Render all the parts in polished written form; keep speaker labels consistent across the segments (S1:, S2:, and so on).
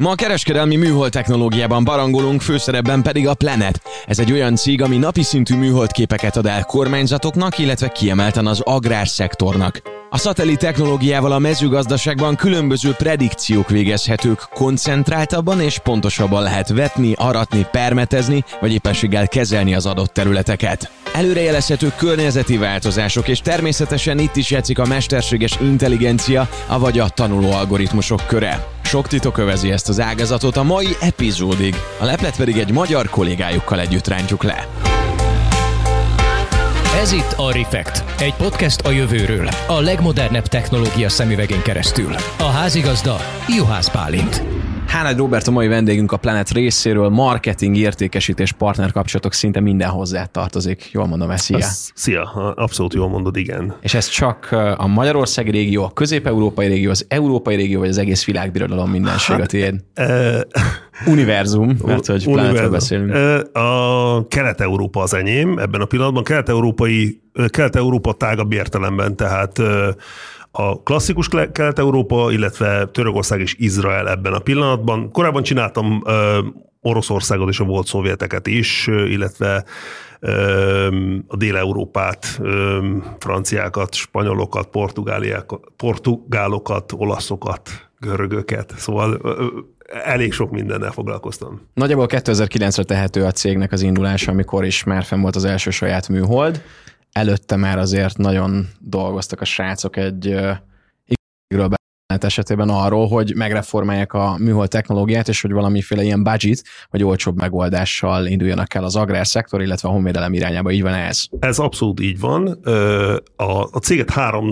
S1: Ma a kereskedelmi műhold technológiában barangolunk, főszerepben pedig a Planet. Ez egy olyan cég, ami napi szintű műholdképeket ad el kormányzatoknak, illetve kiemelten az agrárszektornak. A szatellit technológiával a mezőgazdaságban különböző predikciók végezhetők, koncentráltabban és pontosabban lehet vetni, aratni, permetezni, vagy éppenséggel kezelni az adott területeket. Előrejelezhető környezeti változások, és természetesen itt is játszik a mesterséges intelligencia, avagy a tanuló algoritmusok köre. Sok titok övezi ezt az ágazatot a mai epizódig, a leplet pedig egy magyar kollégájukkal együtt rántjuk le.
S2: Ez itt a Refekt, egy podcast a jövőről, a legmodernebb technológia szemüvegén keresztül. A házigazda Juhász Bálint.
S1: Hány Róbert a mai vendégünk a Planet részéről, marketing, értékesítés, partnerkapcsolatok szinte minden hozzá tartozik. Jól mondom, szia.
S3: Szia, abszolút jól mondod, igen.
S1: És ez csak a magyarországi régió, a közép-európai régió, az európai régió, vagy az egész világbirodalom mindenség a tiéd? Univerzum, mert hogy Planetről beszélünk.
S3: A Kelet-Európa az enyém ebben a pillanatban. Kelet-Európa tágabb értelemben, tehát a klasszikus Kelet-Európa, illetve Törökország és Izrael ebben a pillanatban. Korábban csináltam Oroszországot és a volt szovjeteket is, illetve a Dél-Európát, franciákat, spanyolokat, portugálokat, olaszokat, görögöket. Szóval elég sok mindennel foglalkoztam.
S1: Nagyjából 2009-re tehető a cégnek az indulása, amikor is már fenn volt az első saját műhold. Előtte már azért nagyon dolgoztak a srácok egy esetében arról, hogy megreformálják a műhold technológiát, és hogy valamiféle ilyen budget, vagy olcsóbb megoldással induljanak el az agrárszektor, illetve a honvédelem irányába. Így van ez?
S3: Ez abszolút így van. A céget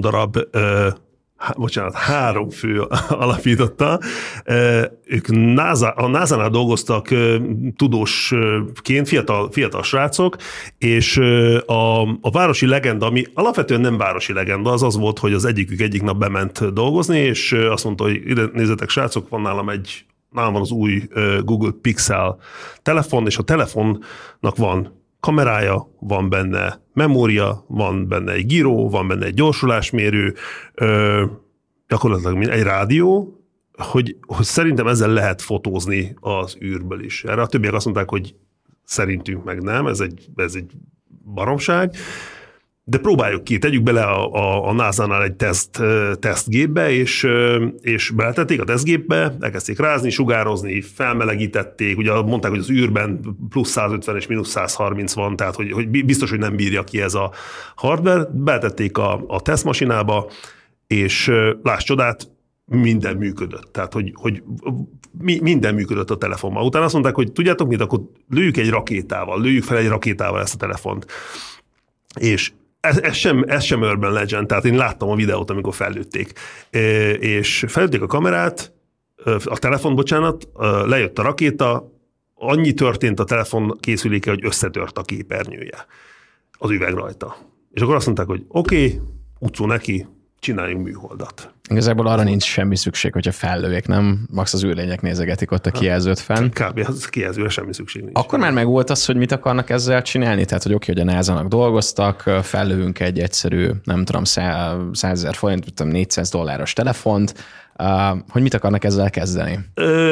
S3: három fő alapította. Ők a NASA-nál dolgoztak tudósként, fiatal srácok, és a városi legenda, ami alapvetően nem városi legenda, az volt, hogy az egyik nap bement dolgozni, és azt mondta, hogy ide nézzetek srácok, nálam van az új Google Pixel telefon, és a telefonnak van kamerája, van benne memória, van benne egy gíró, van benne egy gyorsulásmérő, gyakorlatilag egy rádió, hogy szerintem ezzel lehet fotózni az űrből is. Erre a többiek azt mondták, hogy szerintünk meg nem, ez egy baromság, de próbáljuk ki, tegyük bele a NASA-nál egy tesztgépbe, és beletették a tesztgépbe, elkezdték rázni, sugározni, felmelegítették, ugye mondták, hogy az űrben plusz 150 és mínusz 130 van, tehát hogy biztos, hogy nem bírja ki ez a hardware, beletették a tesztmasinába, és láss csodát, minden működött. Tehát, hogy minden működött a telefonban. Utána azt mondták, hogy tudjátok mit, akkor lőjük fel egy rakétával ezt a telefont. És ez sem urban legend, tehát én láttam a videót, amikor fellőtték. És fellőtték a kamerát, a telefon, bocsánat, lejött a rakéta, annyi történt a telefon készüléke, hogy összetört a képernyője, az üveg rajta. És akkor azt mondták, hogy oké, utcó neki, csináljunk műholdat.
S1: Igazából arra nincs semmi szükség, hogyha fellőjék, nem? Max az űrlények nézegetik ott a kijelzőt fenn.
S3: Kb. Az kijelzőre semmi szükség nincs.
S1: Akkor már megvolt az, hogy mit akarnak ezzel csinálni? Tehát, hogy oké, hogy a NASA-nak dolgoztak, fellövünk egy egyszerű, nem tudom, 100 000 forint, $400 telefont, hogy mit akarnak ezzel kezdeni?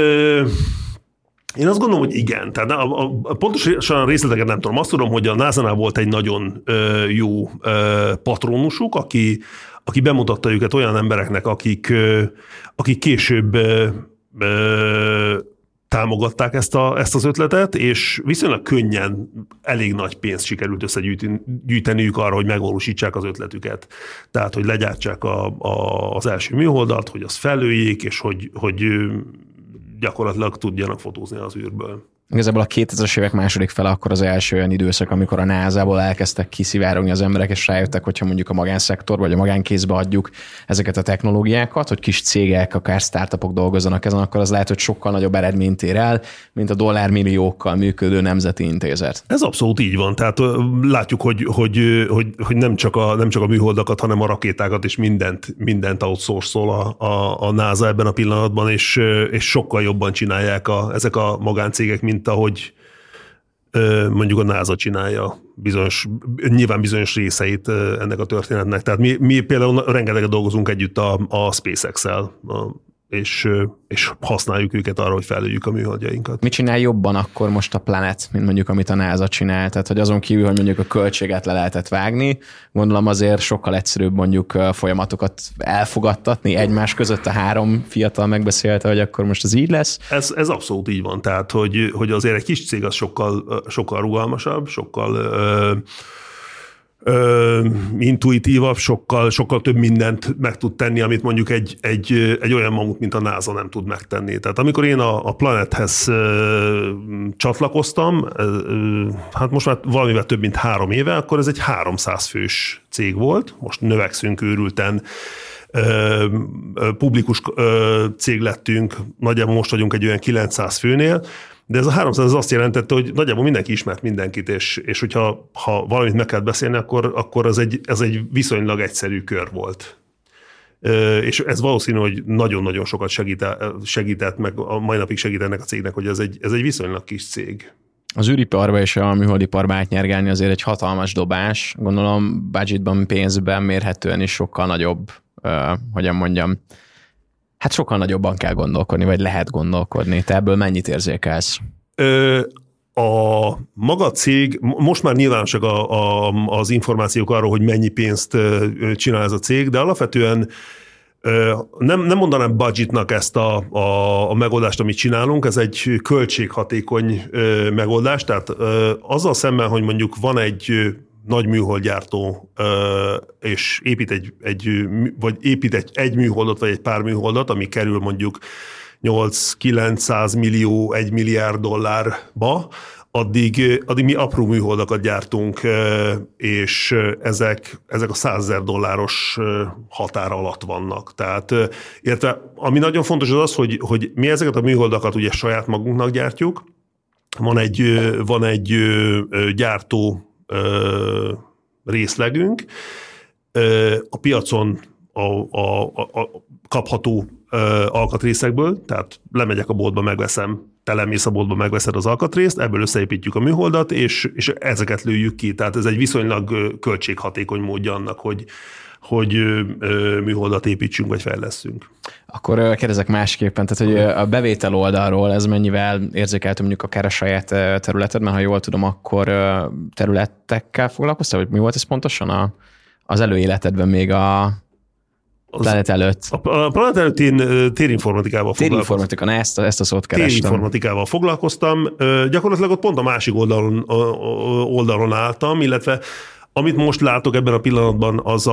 S3: Én azt gondolom, hogy igen. Tehát pontosan részleteket nem tudom. Azt tudom, hogy a NASA-nál volt egy nagyon jó patronusuk, aki bemutatta őket olyan embereknek, akik később támogatták ezt az ötletet, és viszonylag könnyen elég nagy pénzt sikerült összegyűjteniük arra, hogy megvalósítsák az ötletüket. Tehát, hogy legyártsák az első műholdat, hogy azt fellőjék, és hogy gyakorlatilag tudjanak fotózni az űrből.
S1: Igazából a 2000-es évek második fele akkor az első olyan időszak, amikor a NASA-ból elkezdtek kiszivárogni az emberek, és rájöttek, hogyha mondjuk a magánszektor vagy a magánkézbe adjuk ezeket a technológiákat, hogy kis cégek, akár startupok dolgozzanak ezen, akkor az lehet, hogy sokkal nagyobb eredményt ér el, mint a dollármilliókkal működő nemzeti intézet.
S3: Ez abszolút így van. Tehát látjuk, hogy nem csak a műholdakat, hanem a rakétákat és mindent outsource-ol a NASA ebben a pillanatban, és sokkal jobban csinálják ezek a magáncégek, mint ahogy mondjuk a NASA csinálja nyilván bizonyos részeit ennek a történetnek. Tehát mi például rengeteget dolgozunk együtt a SpaceX-el, és használjuk őket arra, hogy felüljük a műholdjainkat.
S1: Mit csinál jobban akkor most a Planet, mint mondjuk amit a NASA csinál? Tehát, hogy azon kívül, hogy mondjuk a költséget le lehetett vágni, gondolom azért sokkal egyszerűbb mondjuk folyamatokat elfogadtatni egymás között, a három fiatal megbeszélte, hogy akkor most ez így lesz.
S3: Ez abszolút így van, tehát, hogy azért egy kis cég az sokkal rugalmasabb, sokkal intuitívabb, sokkal több mindent meg tud tenni, amit mondjuk egy olyan mamut, mint a NASA nem tud megtenni. Tehát amikor én a Planethez csatlakoztam, hát most már valamivel több mint 3 éve, akkor ez egy 300 fős cég volt, most növekszünk őrülten, publikus cég lettünk, nagyjából most vagyunk egy olyan 900 főnél, de ez a 300 az azt jelentette, hogy nagyjából mindenki ismert mindenkit, és hogyha valamit meg kellett beszélni, akkor ez egy viszonylag egyszerű kör volt. És ez valószínű, hogy nagyon-nagyon sokat segített, meg a mai napig segít ennek a cégnek, hogy ez egy viszonylag kis cég.
S1: Az űriparba és a műholdiparba átnyergálni azért egy hatalmas dobás. Gondolom budgetban, pénzben mérhetően is sokkal nagyobb, hogyan mondjam, hát sokkal nagyobban kell gondolkodni, vagy lehet gondolkodni. Te ebből mennyit érzékelsz?
S3: A maga cég, most már nyilvánosak az információk arról, hogy mennyi pénzt csinál ez a cég, de alapvetően nem mondanám budgetnak ezt a megoldást, amit csinálunk, ez egy költséghatékony megoldás, tehát azzal szemben, hogy mondjuk van egy nagy műholdgyártó, és épít egy műholdat, vagy egy pár műholdat, ami kerül mondjuk 8-900 millió, 1 milliárd dollárba, addig mi apró műholdakat gyártunk, és ezek a 100 000 dolláros határ alatt vannak. Tehát, illetve ami nagyon fontos az, hogy mi ezeket a műholdakat ugye saját magunknak gyártjuk. Van egy gyártó részlegünk, a piacon a kapható alkatrészekből, tehát lemegyek a boltba, megveszem, te lemész a boltba, megveszed az alkatrészt, ebből összeépítjük a műholdat, és ezeket lőjük ki. Tehát ez egy viszonylag költséghatékony módja annak, hogy műholdat építsünk, vagy fejlesszünk.
S1: Akkor kérdezek másképpen, tehát hogy a bevétel oldalról ez mennyivel érzékelhető mondjuk akár a saját területedben, ha jól tudom, akkor területekkel foglalkoztál, vagy mi volt ez pontosan az előéletedben még a Planet előtt?
S3: A Planet előtt én térinformatikával foglalkoztam.
S1: Térinformatika, ezt a szót kerestem.
S3: Térinformatikával foglalkoztam. Gyakorlatilag ott pont a másik oldalon álltam, illetve amit most látok ebben a pillanatban, az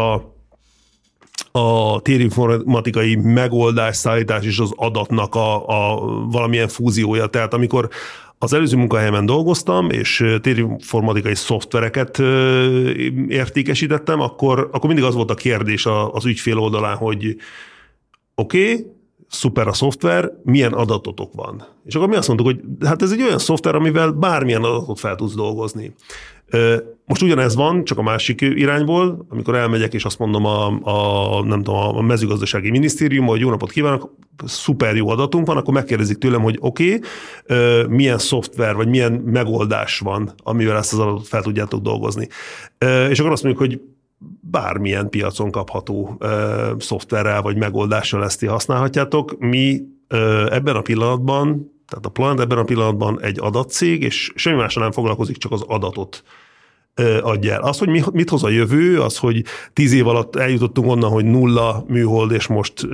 S3: a térinformatikai megoldás, szállítás és az adatnak a valamilyen fúziója. Tehát amikor az előző munkahelyemen dolgoztam, és térinformatikai szoftvereket értékesítettem, akkor mindig az volt a kérdés az ügyfél oldalán, hogy oké, szuper a szoftver, milyen adatotok van? És akkor mi azt mondtuk, hogy hát ez egy olyan szoftver, amivel bármilyen adatot fel tudsz dolgozni. Most ugyanez van, csak a másik irányból, amikor elmegyek, és azt mondom a mezőgazdasági minisztérium, hogy jó napot kívánok, szuper jó adatunk van, akkor megkérdezik tőlem, hogy oké, milyen szoftver, vagy milyen megoldás van, amivel ezt az adatot fel tudjátok dolgozni. És akkor azt mondjuk, hogy bármilyen piacon kapható szoftverrel, vagy megoldással ezt használhatjátok. Mi ebben a pillanatban, tehát a Planet ebben a pillanatban egy adatcég, és semmi mással nem foglalkozik, csak az adatot adja el. Az, hogy mit hoz a jövő, az, hogy 10 év alatt eljutottunk onnan, hogy 0 műhold, és most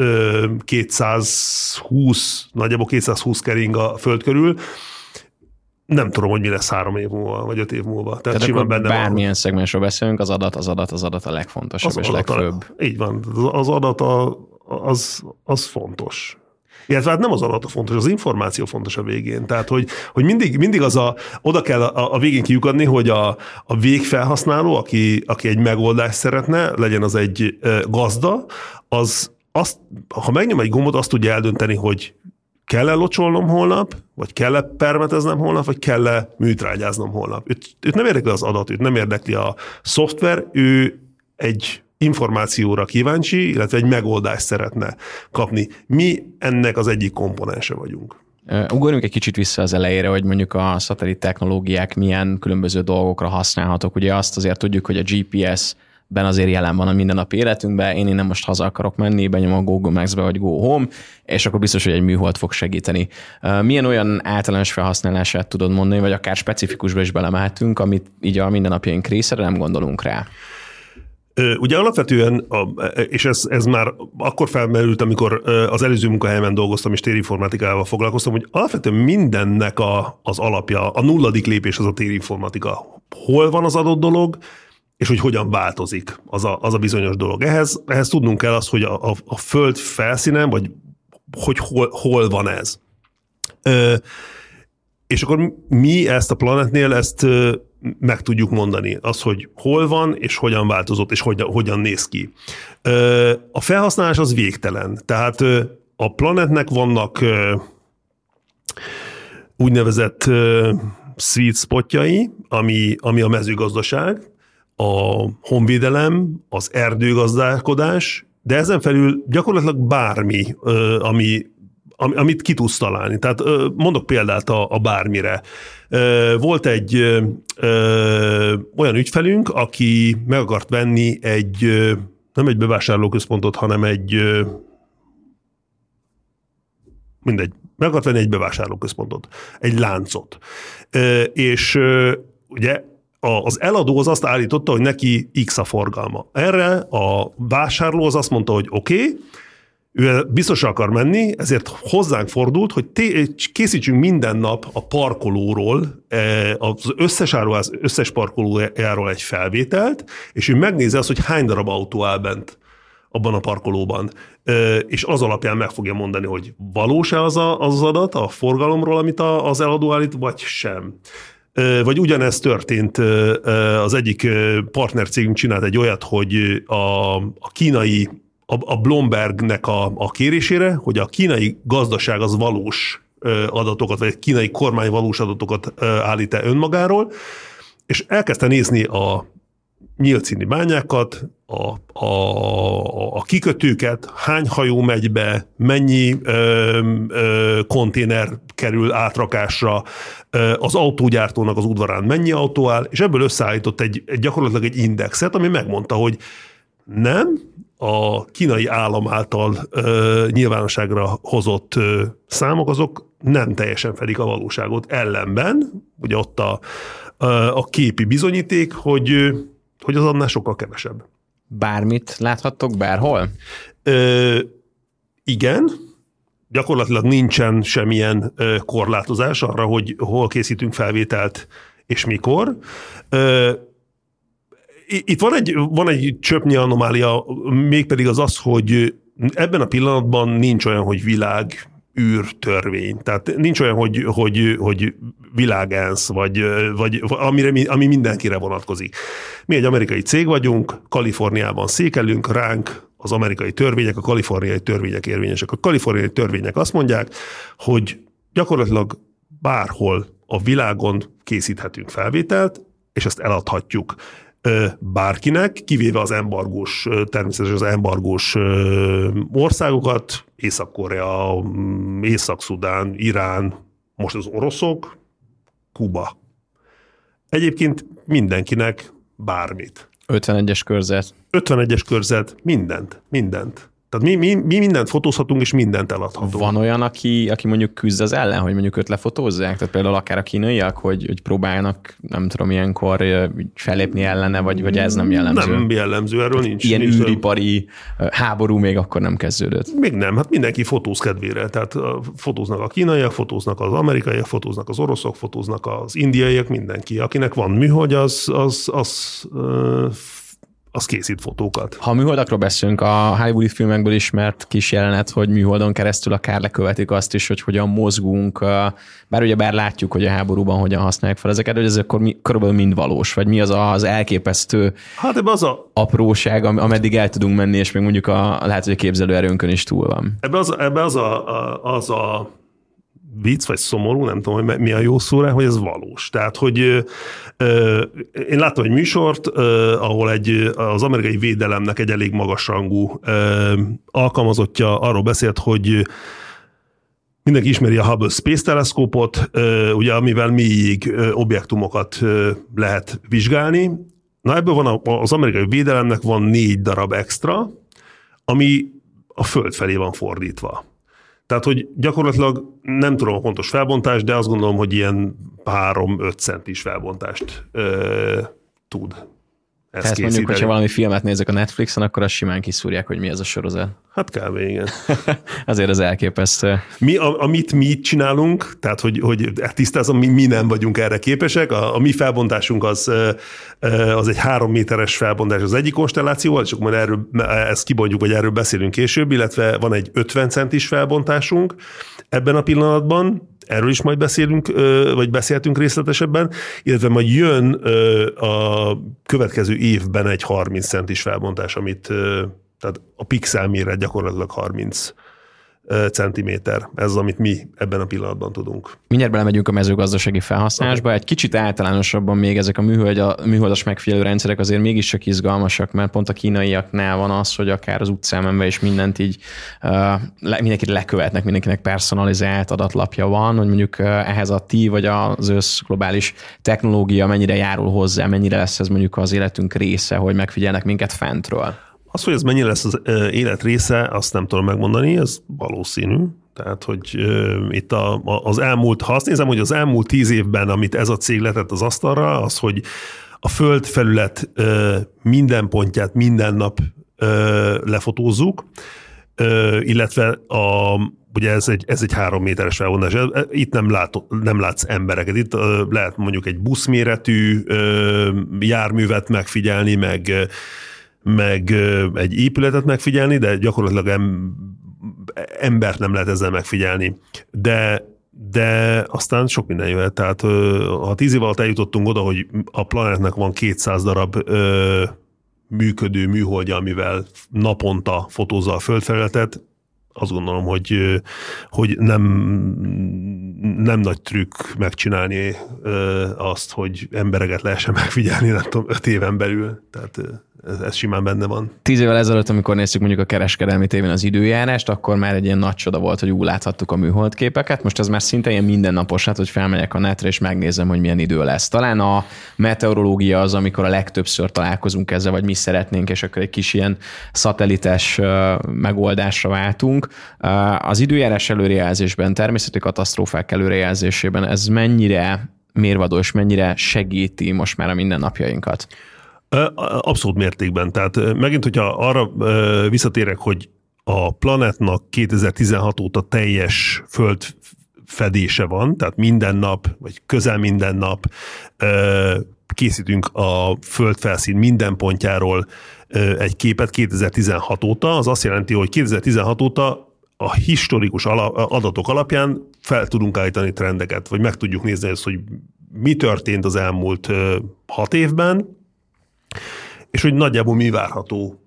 S3: 220, nagyjából 220 kering a föld körül. Nem tudom, hogy mi lesz 3 év múlva, vagy 5 év múlva. Tehát simán benne
S1: bármilyen
S3: van.
S1: szegmensről beszélünk, az adat a legfontosabb és legfőbb.
S3: Így van. Az adat az fontos. Illetve hát nem az adat a fontos, az információ fontos a végén. Tehát, hogy mindig oda kell a végén kiukadni, hogy a végfelhasználó, aki egy megoldást szeretne, legyen az egy gazda, ha megnyom egy gombot, azt tudja eldönteni, hogy kell-e locsolnom holnap, vagy kell-e permeteznem holnap, vagy kell-e műtrágyáznom holnap. Őt nem érdekli az adat, őt nem érdekli a szoftver, ő egy információra kíváncsi, illetve egy megoldást szeretne kapni. Mi ennek az egyik komponense vagyunk.
S1: Ugorjunk egy kicsit vissza az elejére, hogy mondjuk a szatellit technológiák milyen különböző dolgokra használhatók. Ugye azt azért tudjuk, hogy a GPS azért jelen van a mindennapi életünkben. Én innen most haza akarok menni, benyom a Google Maps-be, vagy Go Home, és akkor biztos, hogy egy műhold fog segíteni. Milyen olyan általános felhasználását tudod mondani, vagy akár specifikusba is belemehetünk, amit így a mindennapjaink részére nem gondolunk rá?
S3: Ugye alapvetően, és ez már akkor felmerült, amikor az előző munkahelyemen dolgoztam, és térinformatikával foglalkoztam, hogy alapvetően mindennek az alapja, a nulladik lépés az a térinformatika. Hol van az adott dolog, és hogy hogyan változik az a bizonyos dolog. Ehhez tudnunk kell azt, hogy a Föld felszínen, vagy hogy hol van ez. És akkor mi ezt a planetnél ezt meg tudjuk mondani. Az, hogy hol van, és hogyan változott, és hogyan néz ki. A felhasználás az végtelen. Tehát a planetnek vannak úgynevezett sweet spotjai, ami a mezőgazdaság, a honvédelem, az erdőgazdálkodás, de ezen felül gyakorlatilag bármi, amit ki tudsz találni. Tehát mondok példát a bármire. Volt egy olyan ügyfelünk, aki meg akart venni nem egy bevásárlóközpontot, hanem meg akart venni egy bevásárlóközpontot, egy láncot. És ugye az eladó az azt állította, hogy neki X a forgalma. Erre a vásárló az azt mondta, hogy oké, ő biztos akar menni, ezért hozzánk fordult, hogy készítsünk minden nap a parkolóról, az összes áruház összes parkolójáról egy felvételt, és ő megnézi azt, hogy hány darab autó áll bent abban a parkolóban. És az alapján meg fogja mondani, hogy valós-e az adat a forgalomról, amit az eladó állít, vagy sem. Vagy ugyanezt történt, az egyik partnercégünk csinált egy olyat, hogy a kínai, a Bloombergnek a kérésére, hogy a kínai gazdaság az valós adatokat, vagy a kínai kormány valós adatokat állít-e önmagáról, és elkezdte nézni a nyílt színi bányákat, a kikötőket, hány hajó megy be, mennyi konténer kerül átrakásra, az autógyártónak az udvarán mennyi autó áll, és ebből összeállított gyakorlatilag egy indexet, ami megmondta, hogy nem, a kínai állam által nyilvánosságra hozott számok, azok nem teljesen fedik a valóságot. Ellenben, ugye ott a képi bizonyíték, hogy az annál sokkal kevesebb.
S1: Bármit láthattok bárhol?
S3: Igen. Gyakorlatilag nincsen semmilyen korlátozás arra, hogy hol készítünk felvételt és mikor. Itt van egy csöpnyi anomália, mégpedig az, hogy ebben a pillanatban nincs olyan, hogy világ űrtörvény. Tehát nincs olyan, hogy világensz, vagy ami mindenkire vonatkozik. Mi egy amerikai cég vagyunk, Kaliforniában székelünk, ránk az amerikai törvények, a kaliforniai törvények érvényesek. A kaliforniai törvények azt mondják, hogy gyakorlatilag bárhol a világon készíthetünk felvételt, és ezt eladhatjuk bárkinek, kivéve az embargós, természetesen az embargós országokat, Észak-Korea, Észak-Szudán, Irán, most az oroszok, Kuba. Egyébként mindenkinek bármit.
S1: 51-es körzet.
S3: 51-es körzet, mindent. Tehát mi mindent fotózhatunk, és mindent eladhatunk.
S1: Van olyan, aki mondjuk küzd az ellen, hogy mondjuk őt lefotózzák? Tehát például akár a kínaiak, hogy próbálnak, nem tudom, ilyenkor fellépni ellene, vagy ez nem jellemző?
S3: Nem jellemző, erről nincs.
S1: Ilyen űripari háború még akkor nem kezdődött.
S3: Még nem, hát mindenki fotóz kedvére. Tehát fotóznak a kínaiak, fotóznak az amerikaiak, fotóznak az oroszok, fotóznak az indiaiak, mindenki. Akinek van műhold, az készít fotókat.
S1: Ha műholdakról beszélünk, a hollywoodi filmekből ismert kis jelenet, hogy műholdon keresztül akár lekövetik azt is, hogy hogyan mozgunk, bár látjuk, hogy a háborúban hogyan használják fel ezeket, hogy ez akkor körülbelül mind valós, vagy mi az elképesztő apróság, ameddig el tudunk menni, és még mondjuk lehet, hogy a képzelőerőnkön is túl van.
S3: Ebbe az a vicc, vagy szomorú, nem tudom, hogy mi a jó szó rá, hogy ez valós. Tehát, hogy én láttam egy műsort, ahol az amerikai védelemnek egy elég magasrangú alkalmazottja arról beszélt, hogy mindenki ismeri a Hubble Space Teleszkópot, ugye, amivel mélyig objektumokat lehet vizsgálni, Na ebből van az amerikai védelemnek van 4 darab extra, ami a föld felé van fordítva. Tehát, hogy gyakorlatilag nem tudom a pontos felbontást, de azt gondolom, hogy ilyen 3-5 centis felbontást tud.
S1: Tehát mondjuk, hogyha valami filmet nézek a Netflixen, akkor azt simán kiszúrják, hogy mi ez a sorozat.
S3: Hát kb. Igen.
S1: Azért az elképesztő.
S3: Amit mi csinálunk, tehát hogy tisztázom, mi nem vagyunk erre képesek, a mi felbontásunk az egy 3 méteres felbontás az egyik konstellációval, és akkor majd ezt kibontjuk, vagy erről beszélünk később, illetve van egy 50 centis felbontásunk ebben a pillanatban, erről is majd beszélünk, vagy beszéltünk részletesebben, illetve majd jön a következő évben egy 30 centis felbontás, tehát a pixel méret gyakorlatilag 30 centiméter. Ez az, amit mi ebben a pillanatban tudunk.
S1: Mindjárt belemegyünk a mezőgazdasági felhasználásba. Okay. Egy kicsit általánosabban még ezek a műholdas megfigyelő rendszerek azért mégiscsak izgalmasak, mert pont a kínaiaknál van az, hogy akár az utcán menve is mindent így mindenkit lekövetnek, mindenkinek personalizált adatlapja van, hogy mondjuk ehhez a ti vagy az összglobális technológia mennyire járul hozzá, mennyire lesz ez mondjuk az életünk része, hogy megfigyelnek minket fentről.
S3: Az, hogy ez mennyire lesz az élet része, azt nem tudom megmondani, ez valószínű. Tehát, hogy itt az elmúlt, ha azt nézem, hogy az elmúlt 10 évben, amit ez a cég letett az asztalra, az, hogy a föld felület minden pontját minden nap lefotózzuk, illetve ugye ez egy 3 méteres felvonás. Itt nem látsz embereket. Itt lehet mondjuk egy buszméretű járművet megfigyelni, meg egy épületet megfigyelni, de gyakorlatilag embert nem lehet ezzel megfigyelni. De aztán sok minden jöhet. Tehát ha 10 év alatt eljutottunk oda, hogy a planetnek van 200 darab működő műholdja, amivel naponta fotózza a földfelületet, azt gondolom, hogy nem nagy trükk megcsinálni azt, hogy embereket lehessen megfigyelni, nem tudom, 5 éven belül. Tehát ez simán benne van.
S1: 10 évvel ezelőtt, amikor néztük mondjuk a kereskedelmi tévén az időjárást, akkor már egy ilyen nagy csoda volt, hogy láthattuk a műholdképeket. Most ez már szinte ilyen mindennapos, hát, hogy felmegyek a netre és megnézem, hogy milyen idő lesz. Talán a meteorológia az, amikor a legtöbbször találkozunk ezzel, vagy mi szeretnénk, és akkor egy kis ilyen szatelites megoldásra váltunk. Az időjárás előrejelzésben, természeti katasztrófák előrejelzésében ez mennyire mérvadó, és mennyire segíti most már a mindennapjainkat?
S3: Abszolút mértékben. Tehát megint, hogyha arra visszatérek, hogy a planetnak 2016 óta teljes földfedése van, tehát minden nap, vagy közel minden nap készítünk a földfelszín minden pontjáról egy képet 2016 óta, az azt jelenti, hogy 2016 óta a historikus adatok alapján fel tudunk állítani trendeket, vagy meg tudjuk nézni ezt, hogy mi történt az elmúlt 6 évben, és hogy nagyjából mi várható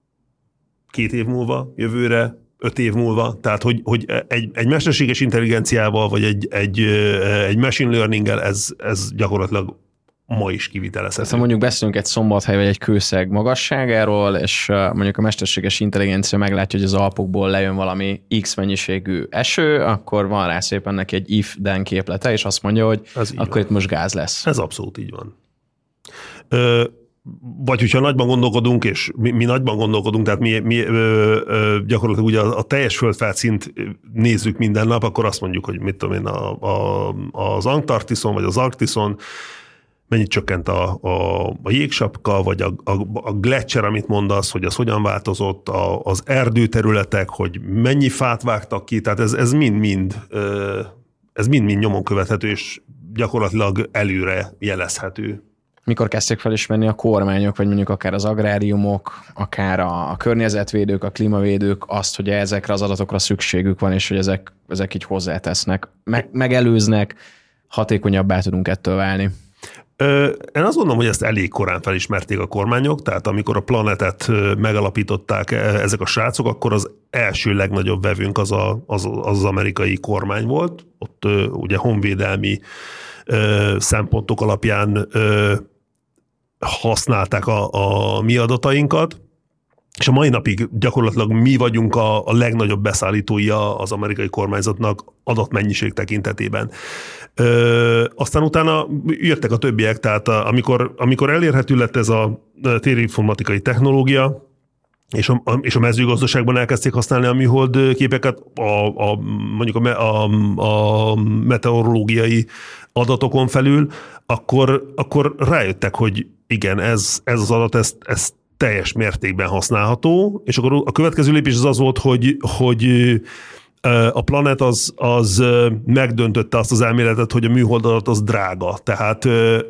S3: 2 év múlva, jövőre, 5 év múlva. Tehát, hogy egy mesterséges intelligenciával, vagy egy machine learning-el ez gyakorlatilag ma is kivitelezhető.
S1: Tehát mondjuk beszélünk egy Szombathely vagy egy Kőszeg magasságáról, és mondjuk a mesterséges intelligencia meglátja, hogy az Alpokból lejön valami X mennyiségű eső, akkor van rá szépen neki egy if-then képlete, és azt mondja, hogy akkor itt most gáz lesz.
S3: Ez abszolút így van. Vagy hogyha nagyban gondolkodunk, és mi nagyban gondolkodunk, tehát mi gyakorlatilag ugye a teljes földfelszínt nézzük minden nap, akkor azt mondjuk, hogy mit tudom én, az Antarktiszon, vagy az Arktiszon mennyit csökkent a jégsapka, vagy a gletszer, amit mondasz, hogy az hogyan változott, az erdőterületek, hogy mennyi fát vágtak ki, tehát ez mind nyomon követhető, és gyakorlatilag előre jelezhető.
S1: Mikor kezdték felismerni a kormányok, vagy mondjuk akár az agráriumok, akár a környezetvédők, a klímavédők azt, hogy ezekre az adatokra szükségük van, és hogy ezek így hozzátesznek, megelőznek, hatékonyabbá tudunk ettől válni?
S3: Én azt gondolom, hogy ezt elég korán felismerték a kormányok, tehát amikor a Planetet megalapították ezek a srácok, akkor az első legnagyobb vevőnk az amerikai kormány volt. Ott ugye honvédelmi szempontok alapján használták a mi adatainkat, és a mai napig gyakorlatilag mi vagyunk a legnagyobb beszállítója az amerikai kormányzatnak adatmennyiség tekintetében. Aztán utána jöttek a többiek, tehát amikor elérhető lett ez a térinformatikai technológia, és a mezőgazdaságban elkezdték használni a műhold képeket, mondjuk a meteorológiai adatokon felül, akkor rájöttek, hogy igen, ez az adat, ez teljes mértékben használható, és akkor a következő lépés az volt, hogy a Planet az megdöntötte azt az elméletet, hogy a műholdadat az drága. Tehát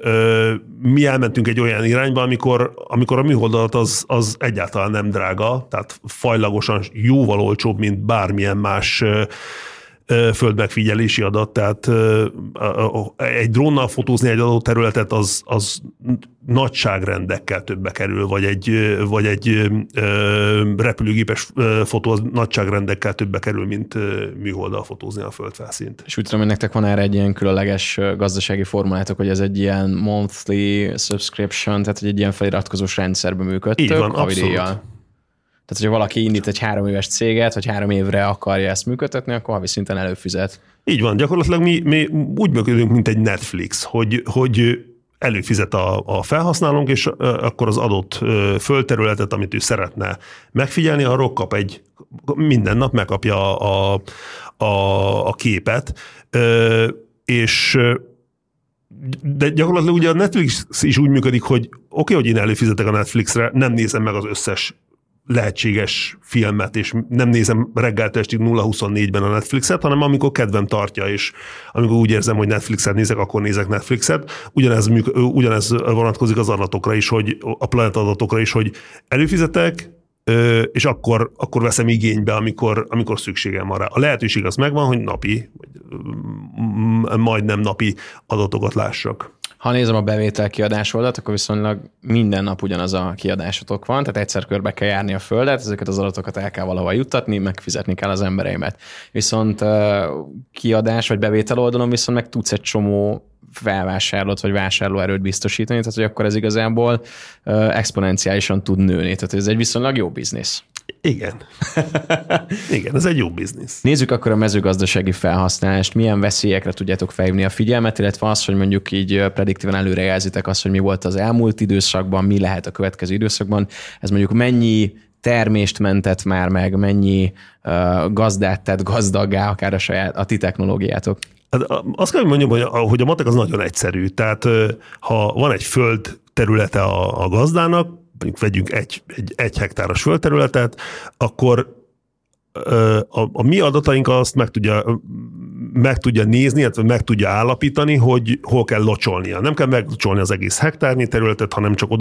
S3: mi elmentünk egy olyan irányba, amikor a műholdadat az egyáltalán nem drága, tehát fajlagosan jóval olcsóbb, mint bármilyen más földmegfigyelési adat, tehát egy drónnal fotózni egy adott területet az nagyságrendekkel többbe kerül, vagy egy repülőgépes fotó az nagyságrendekkel többbe kerül, mint műholddal fotózni a földfelszínt.
S1: És úgy tudom, hogy nektek van erre egy ilyen különleges gazdasági formulátok, hogy ez egy ilyen monthly subscription, tehát hogy egy ilyen feliratkozós rendszerben működtök.
S3: Így van, abszolút.
S1: Tehát, hogyha valaki indít egy 3 éves céget, vagy 3 évre akarja ezt működtetni, akkor havi szinten előfizet.
S3: Így van, gyakorlatilag mi úgy működünk, mint egy Netflix, hogy előfizet a felhasználónk, és akkor az adott földterületet, amit ő szeretne megfigyelni, arról kap minden nap megkapja a képet, és de gyakorlatilag ugye a Netflix is úgy működik, hogy oké, hogy én előfizetek a Netflixre, nem nézem meg az összes lehetséges filmet, és nem nézem reggeltől estig 0-24-ben a Netflixet, hanem amikor kedvem tartja, és amikor úgy érzem, hogy Netflixet nézek, akkor nézek Netflixet. Ugyanez vonatkozik az adatokra is, hogy a Planet adatokra is, hogy előfizetek, és akkor veszem igénybe, amikor szükségem van rá. A lehetőség az megvan, hogy napi, majdnem napi adatokat lássak.
S1: Ha nézem a bevétel-kiadás oldalt, akkor viszonylag minden nap ugyanaz a kiadásotok van, tehát egyszer körbe kell járni a földet, ezeket az adatokat el kell valahova juttatni, megfizetni kell az embereimet. Viszont kiadás vagy bevétel oldalon viszont meg tudsz egy csomó felvásárlót vagy vásárlóerőt biztosítani, tehát hogy akkor ez igazából exponenciálisan tud nőni. Tehát ez egy viszonylag jó biznisz.
S3: Igen. Igen, ez egy jó biznisz.
S1: Nézzük akkor a mezőgazdasági felhasználást. Milyen veszélyekre tudjátok felhívni a figyelmet, illetve az, hogy mondjuk így prediktíven előrejelzitek azt, hogy mi volt az elmúlt időszakban, mi lehet a következő időszakban. Ez mondjuk mennyi termést mentett már meg, mennyi gazdát tett gazdaggá, akár a ti technológiátok?
S3: Azt kell, hogy mondjam, hogy a matek az nagyon egyszerű. Tehát ha van egy föld területe a gazdának, mondjuk vegyünk egy hektáros földterületet, akkor a mi adataink azt meg tudja nézni, illetve meg tudja állapítani, hogy hol kell locsolnia. Nem kell meglocsolni az egész hektárnyi területet, hanem csak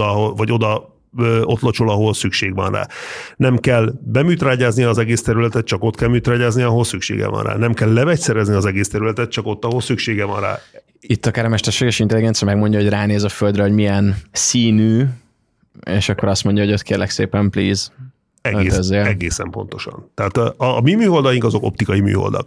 S3: ott locsol, ahol szükség van rá. Nem kell beműtrágyázni az egész területet, csak ott kell műtrágyázni, ahol szüksége van rá. Nem kell levegyszerezni az egész területet, csak ott, ahol szüksége van rá.
S1: Itt akár a mesterséges intelligencia megmondja, hogy ránéz a földre, hogy milyen színű, és akkor azt mondja, hogy ott kérlek szépen, please.
S3: Egészen pontosan. Tehát a mi műholdaink azok optikai műholdak.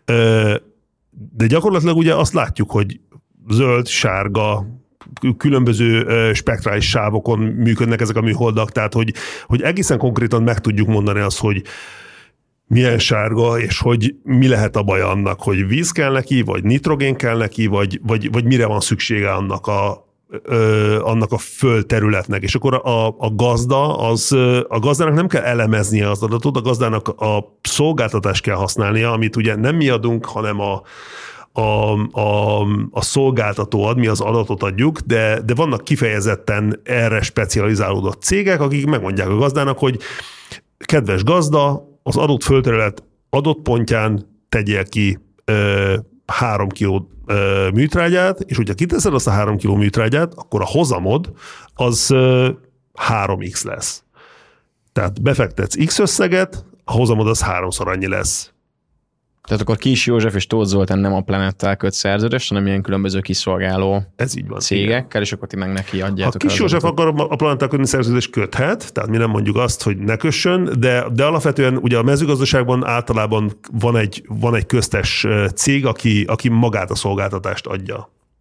S3: De gyakorlatilag ugye azt látjuk, hogy zöld, sárga, különböző spektrális sávokon működnek ezek a műholdak, tehát hogy egészen konkrétan meg tudjuk mondani azt, hogy milyen sárga, és hogy mi lehet a baj annak, hogy víz kell neki, vagy nitrogén kell neki, vagy mire van szüksége annak a földterületnek. És akkor a gazdának nem kell elemeznie az adatot, a gazdának a szolgáltatást kell használnia, amit ugye nem mi adunk, hanem a szolgáltató ad, mi az adatot adjuk, de vannak kifejezetten erre specializálódott cégek, akik megmondják a gazdának, hogy kedves gazda, az adott földterület adott pontján tegyél ki 3 kiló műtrágyát, és hogyha kiteszed azt a 3 kiló műtrágyát, akkor a hozamod az 3x lesz. Tehát befektetsz x összeget, a hozamod az 3-szor annyi lesz.
S1: Tehát akkor Kis József és Tóth Zoltán nem a Planettel köt szerződést, hanem ilyen különböző kiszolgáló cégekkel, és akkor ti meg neki adjátok.
S3: Ha Kis József akar a Planettel kötni szerződést, köthet, tehát mi nem mondjuk azt, hogy ne kössön, de alapvetően ugye a mezőgazdaságban általában van egy köztes cég, aki magát a szolgáltatást adja.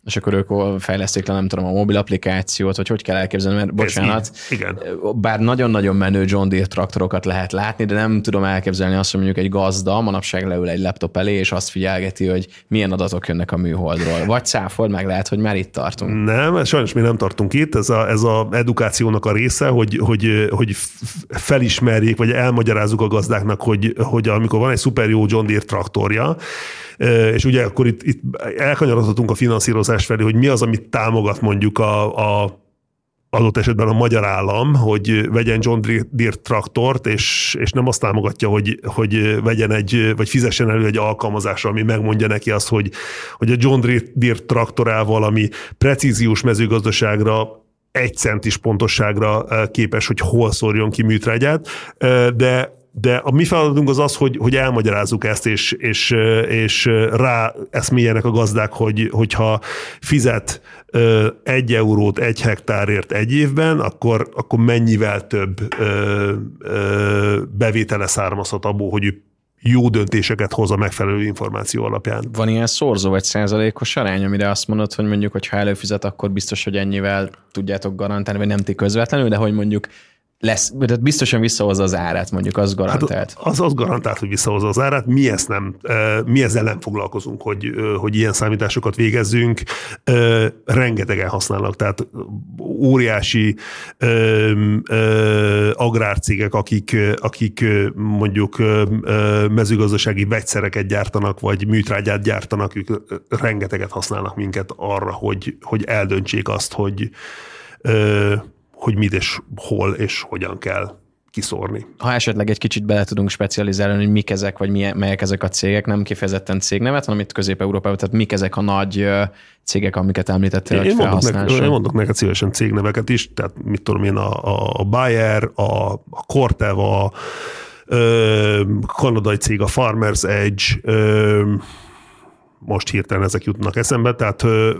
S1: És akkor ők fejleszték le, nem tudom, a mobil applikációt, vagy hogy kell elképzelni, mert bocsánat,
S3: igen.
S1: Bár nagyon-nagyon menő John Deere traktorokat lehet látni, de nem tudom elképzelni azt, hogy mondjuk egy gazda manapság leül egy laptop elé, és azt figyelgeti, hogy milyen adatok jönnek a műholdról. Vagy cáfold meg, lehet, hogy már itt tartunk.
S3: Nem, sajnos mi nem tartunk itt. Ez a edukációnak a része, hogy felismerjék, vagy elmagyarázzuk a gazdáknak, hogy amikor van egy szuper jó John Deere traktorja, és ugye akkor itt elkanyarodhatunk a finanszírozás felé, hogy mi az, amit támogat mondjuk a adott esetben a magyar állam, hogy vegyen John Deere traktort, és nem azt támogatja, hogy vegyen vagy fizessen elő egy alkalmazásra, ami megmondja neki azt, hogy a John Deere traktorával, ami precíziós mezőgazdaságra 1 centis pontosságra képes, hogy hol szórjon ki műtrágyát, de a mi feladatunk az, hogy elmagyarázzuk ezt, és rá eszméljenek a gazdák, hogyha fizet 1 eurót 1 hektárért egy évben, akkor mennyivel több bevétele származhat abból, hogy ő jó döntéseket hoz a megfelelő információ alapján.
S1: Van ilyen szorzó vagy százalékos arány, amire azt mondod, hogy mondjuk, hogy ha előfizet, akkor biztos, hogy ennyivel tudjátok garantálni, vagy nem ti közvetlenül, de hogy mondjuk lesz, de biztosan visszahozza az árát, mondjuk, az garantált.
S3: Hát az garantált, hogy visszahozza az árát. Mi ezzel nem foglalkozunk, hogy ilyen számításokat végezzünk. Rengetegen használnak, tehát óriási agrárcégek, akik mondjuk mezőgazdasági vegyszereket gyártanak, vagy műtrágyát gyártanak, ők rengeteget használnak minket arra, hogy eldöntsék azt, hogy mit és hol és hogyan kell kiszórni.
S1: Ha esetleg egy kicsit bele tudunk specializálni, hogy mik ezek, vagy melyek ezek a cégek, nem kifejezetten cégnevet, hanem itt Közép-Európában, tehát mik ezek a nagy cégek, amiket említettél, hogy felhasználson.
S3: Én mondok neked szívesen cégneveket is, tehát mit tudom én, a Bayer, a Corteva, kanadai cég a Farmers Edge, most hirtelen ezek jutnak eszembe, tehát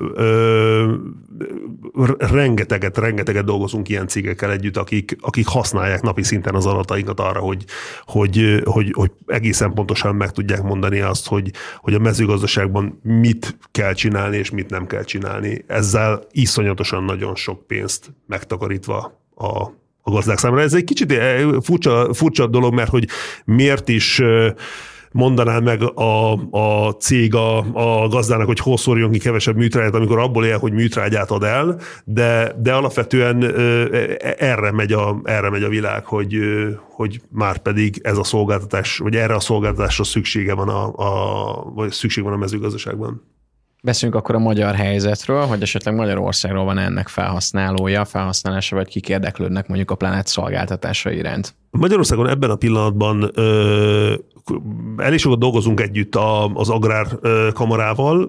S3: rengeteget dolgozunk ilyen cégekkel együtt, akik használják napi szinten az adatainkat arra, hogy egészen pontosan meg tudják mondani azt, hogy a mezőgazdaságban mit kell csinálni, és mit nem kell csinálni. Ezzel iszonyatosan nagyon sok pénzt megtakarítva a gazdák számára. Ez egy kicsit furcsa dolog, mert hogy miért is mondaná meg a cég a gazdának, hogy hol szórjon ki kevesebb műtrágyát, amikor abból él, hogy műtrágyát ad el, de alapvetően erre megy a világ, hogy már pedig ez a szolgáltatás, vagy erre a szolgáltatásra szükség van a mezőgazdaságban.
S1: Beszéljünk akkor a magyar helyzetről, hogy esetleg Magyarországról van ennek felhasználása, vagy kik érdeklődnek mondjuk a Planet szolgáltatása iránt.
S3: Magyarországon ebben a pillanatban elég sokat dolgozunk együtt az Agrárkamarával,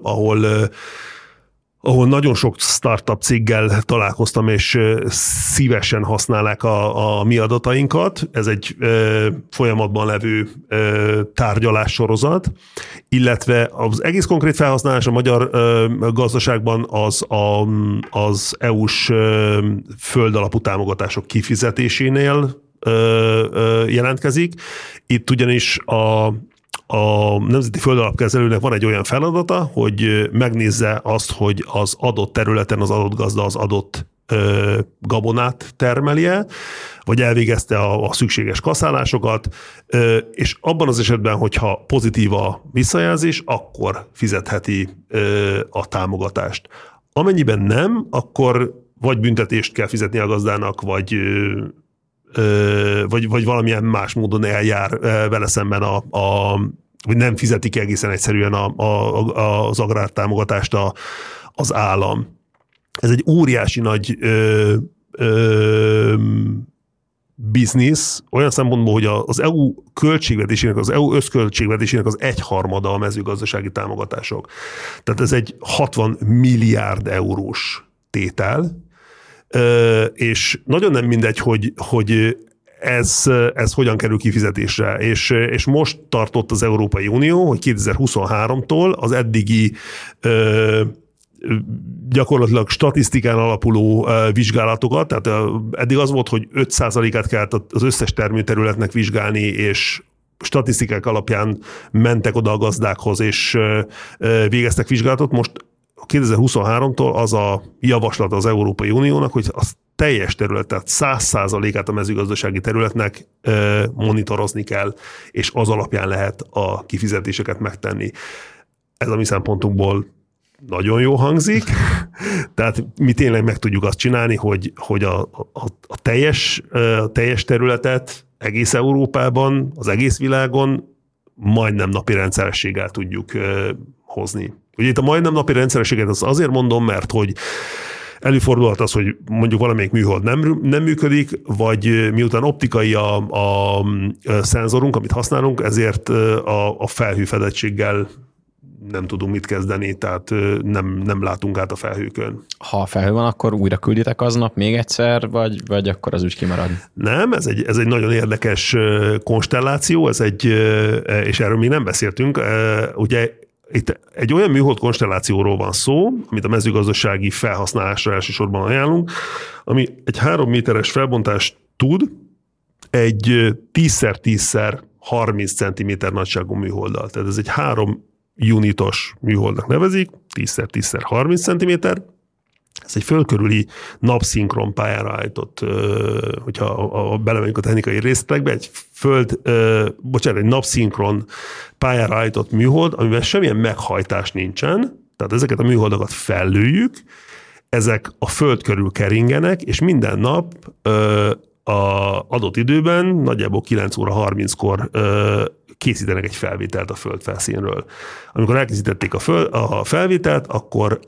S3: ahol nagyon sok startup céggel találkoztam, és szívesen használják a mi adatainkat. Ez egy folyamatban levő tárgyalássorozat, illetve az egész konkrét felhasználás a magyar gazdaságban az EU-s földalapú támogatások kifizetésénél jelentkezik. Itt ugyanis a Nemzeti Földalapkezelőnek van egy olyan feladata, hogy megnézze azt, hogy az adott területen az adott gazda az adott gabonát termelje, vagy elvégezte a szükséges kaszálásokat, és abban az esetben, hogyha pozitív a visszajelzés, akkor fizetheti a támogatást. Amennyiben nem, akkor vagy büntetést kell fizetni a gazdának, vagy valamilyen más módon eljár vele szemben vagy nem fizetik egészen egyszerűen az agrártámogatást az állam. Ez egy óriási nagy biznisz, olyan szempontból, hogy az EU költségvetésének, az EU összköltségvetésének az 1/3 a mezőgazdasági támogatások. Tehát ez egy 60 milliárd eurós tétel, és nagyon nem mindegy, hogy ez hogyan kerül kifizetésre. És most tartott az Európai Unió, hogy 2023-tól az eddigi gyakorlatilag statisztikán alapuló vizsgálatokat, tehát eddig az volt, hogy 5%-át kellett az összes termőterületnek vizsgálni, és statisztikák alapján mentek oda a gazdákhoz, és végeztek vizsgálatot. Most 2023-tól az a javaslat az Európai Uniónak, hogy a teljes területet, 100%-át a mezőgazdasági területnek monitorozni kell, és az alapján lehet a kifizetéseket megtenni. Ez a mi szempontunkból nagyon jó hangzik, tehát mi tényleg meg tudjuk azt csinálni, hogy a teljes területet egész Európában, az egész világon majdnem napi rendszerességgel tudjuk hozni. Ugye itt a majdnem napi rendszerességet azért mondom, mert hogy előfordulhat az, hogy mondjuk valamelyik műhold nem működik, vagy miután optikai a szenzorunk, amit használunk, ezért a felhőfedettséggel nem tudunk mit kezdeni, tehát nem látunk át a felhőkön. Ha
S1: a felhő van, akkor újra külditek aznap még egyszer, vagy akkor az úgy kimarad?
S3: Nem, ez egy nagyon érdekes konstelláció, és erről még nem beszéltünk. Ugye itt egy olyan műhold konstellációról van szó, amit a mezőgazdasági felhasználásra elsősorban ajánlunk, ami egy 3 méteres felbontást tud egy 10x10x30 cm nagyságú műholddal. Tehát ez egy 3 unitos műholdnak nevezik, 10x10x30 cm. Ez egy földkörüli napszinkron pályára állított, hogyha belemegyünk a technikai részletekbe, egy napszinkron pályára állított műhold, amiben semmilyen meghajtás nincsen, tehát ezeket a műholdakat fellőjük, ezek a föld körül keringenek, és minden nap az adott időben, nagyjából 9 óra 30-kor készítenek egy felvételt a földfelszínről. Amikor elkészítették a felvételt, akkor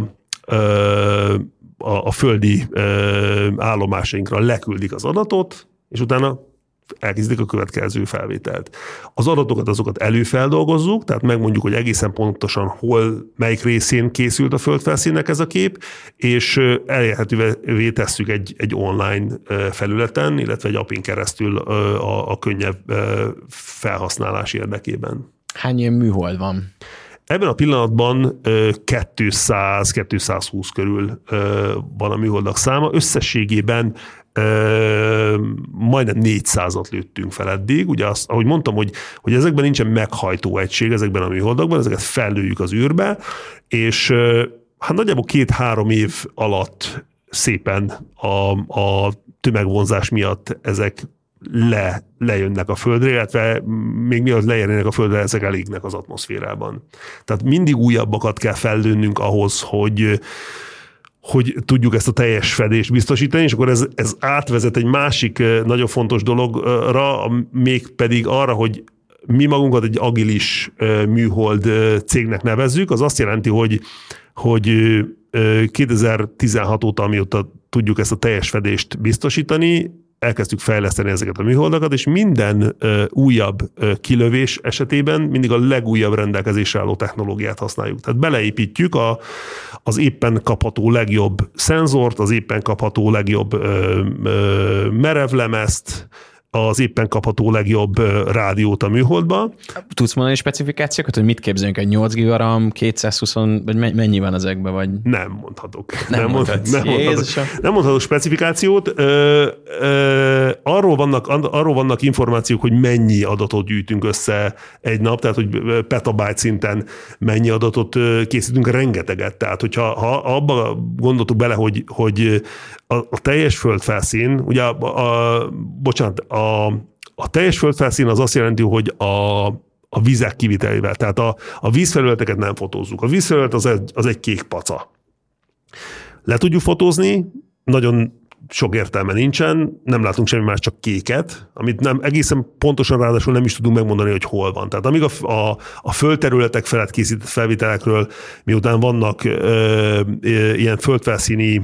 S3: a földi állomásainkra leküldik az adatot, és utána elkészítik a következő felvételt. Az adatokat azokat előfeldolgozzuk, tehát megmondjuk, hogy egészen pontosan melyik részén készült a földfelszínnek ez a kép, és elérhetővé tesszük egy online felületen, illetve egy appin keresztül a könnyebb felhasználás érdekében.
S1: Hány ilyen műhold van?
S3: Ebben a pillanatban 200-220 körül van a műholdak száma. Összességében majdnem 400-at lőttünk fel eddig. Ugye azt, ahogy mondtam, hogy ezekben nincsen meghajtó egység ezekben a műholdakban, ezeket fellőjük az űrbe, és hát nagyjából 2-3 év alatt szépen a tömegvonzás miatt ezek lejönnek a földre, illetve még mielőtt leérnének a földre, ezek elégnek az atmoszférában. Tehát mindig újabbakat kell fellőnünk ahhoz, hogy tudjuk ezt a teljes fedést biztosítani, és akkor ez átvezet egy másik nagyon fontos dologra, mégpedig arra, hogy mi magunkat egy agilis műhold cégnek nevezzük, az azt jelenti, hogy 2016 óta, amióta tudjuk ezt a teljes fedést biztosítani, elkezdtük fejleszteni ezeket a műholdakat, és minden újabb kilövés esetében mindig a legújabb rendelkezésre álló technológiát használjuk. Tehát beleépítjük az éppen kapható legjobb szenzort, az éppen kapható legjobb merevlemezt, az éppen kapható legjobb rádiót a műholdba.
S1: Tudsz mondani specifikációkat, hogy mit képzeljünk, egy 8 gigaram, 220, vagy mennyi van ezekben? Vagy?
S3: Nem mondhatok.
S1: Nem
S3: mondhatok specifikációt. Arról vannak információk, hogy mennyi adatot gyűjtünk össze egy nap, tehát hogy petabyte szinten mennyi adatot készítünk, rengeteget. Tehát hogyha abba gondoltuk bele, hogy a teljes földfelszín, ugye a teljes földfelszín az azt jelenti, hogy a vizek kivitelével, tehát a vízfelületeket nem fotózzuk. A vízfelület az egy kék paca. Le tudjuk fotózni, nagyon sok értelme nincsen, nem látunk semmi más, csak kéket, amit nem egészen pontosan ráadásul nem is tudunk megmondani, hogy hol van. Tehát amíg a földterületek felett készített felvételekről, miután vannak ilyen földfelszíni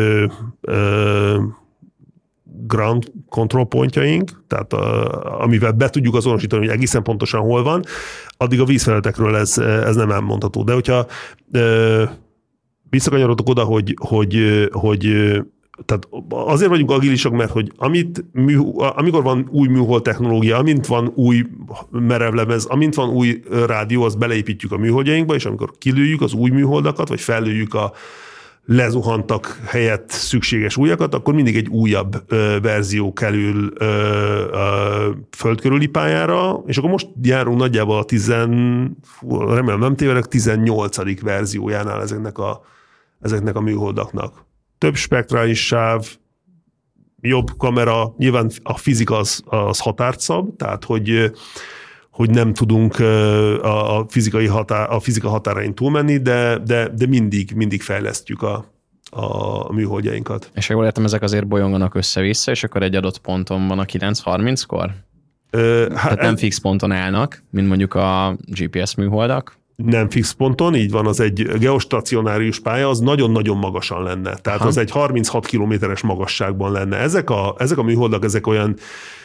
S3: ground control pontjaink, tehát amivel be tudjuk azonosítani, hogy egészen pontosan hol van, addig a vízfelületekről ez nem elmondható. De hogyha visszakanyarodok oda, hogy tehát azért vagyunk agilisak, mert hogy amikor van új műhold technológia, amint van új merevlemez, amint van új rádió, azt beleépítjük a műholdjainkba, és amikor kilőjük az új műholdakat, vagy fellőjük lezuhantak helyett szükséges újakat, akkor mindig egy újabb verzió kerül föld körüli pályára, és akkor most járunk nagyjából a remélem nem tévedek, 18. verziójánál ezeknek a műholdaknak. Több spektrális sáv, jobb kamera, nyilván a fizika az határt szab, tehát hogy nem tudunk a fizika határain túlmenni, de mindig fejlesztjük a műholdjainkat.
S1: És jól értem, ezek azért bolyonganak össze-vissza, és akkor egy adott ponton van a 9:30-kor? Tehát nem fix ponton állnak, mint mondjuk a GPS műholdak?
S3: Nem fix ponton, így van, az egy geostacionárius pálya, az nagyon-nagyon magasan lenne. Tehát az egy 36 kilométeres magasságban lenne. Ezek a műholdak, ezek olyan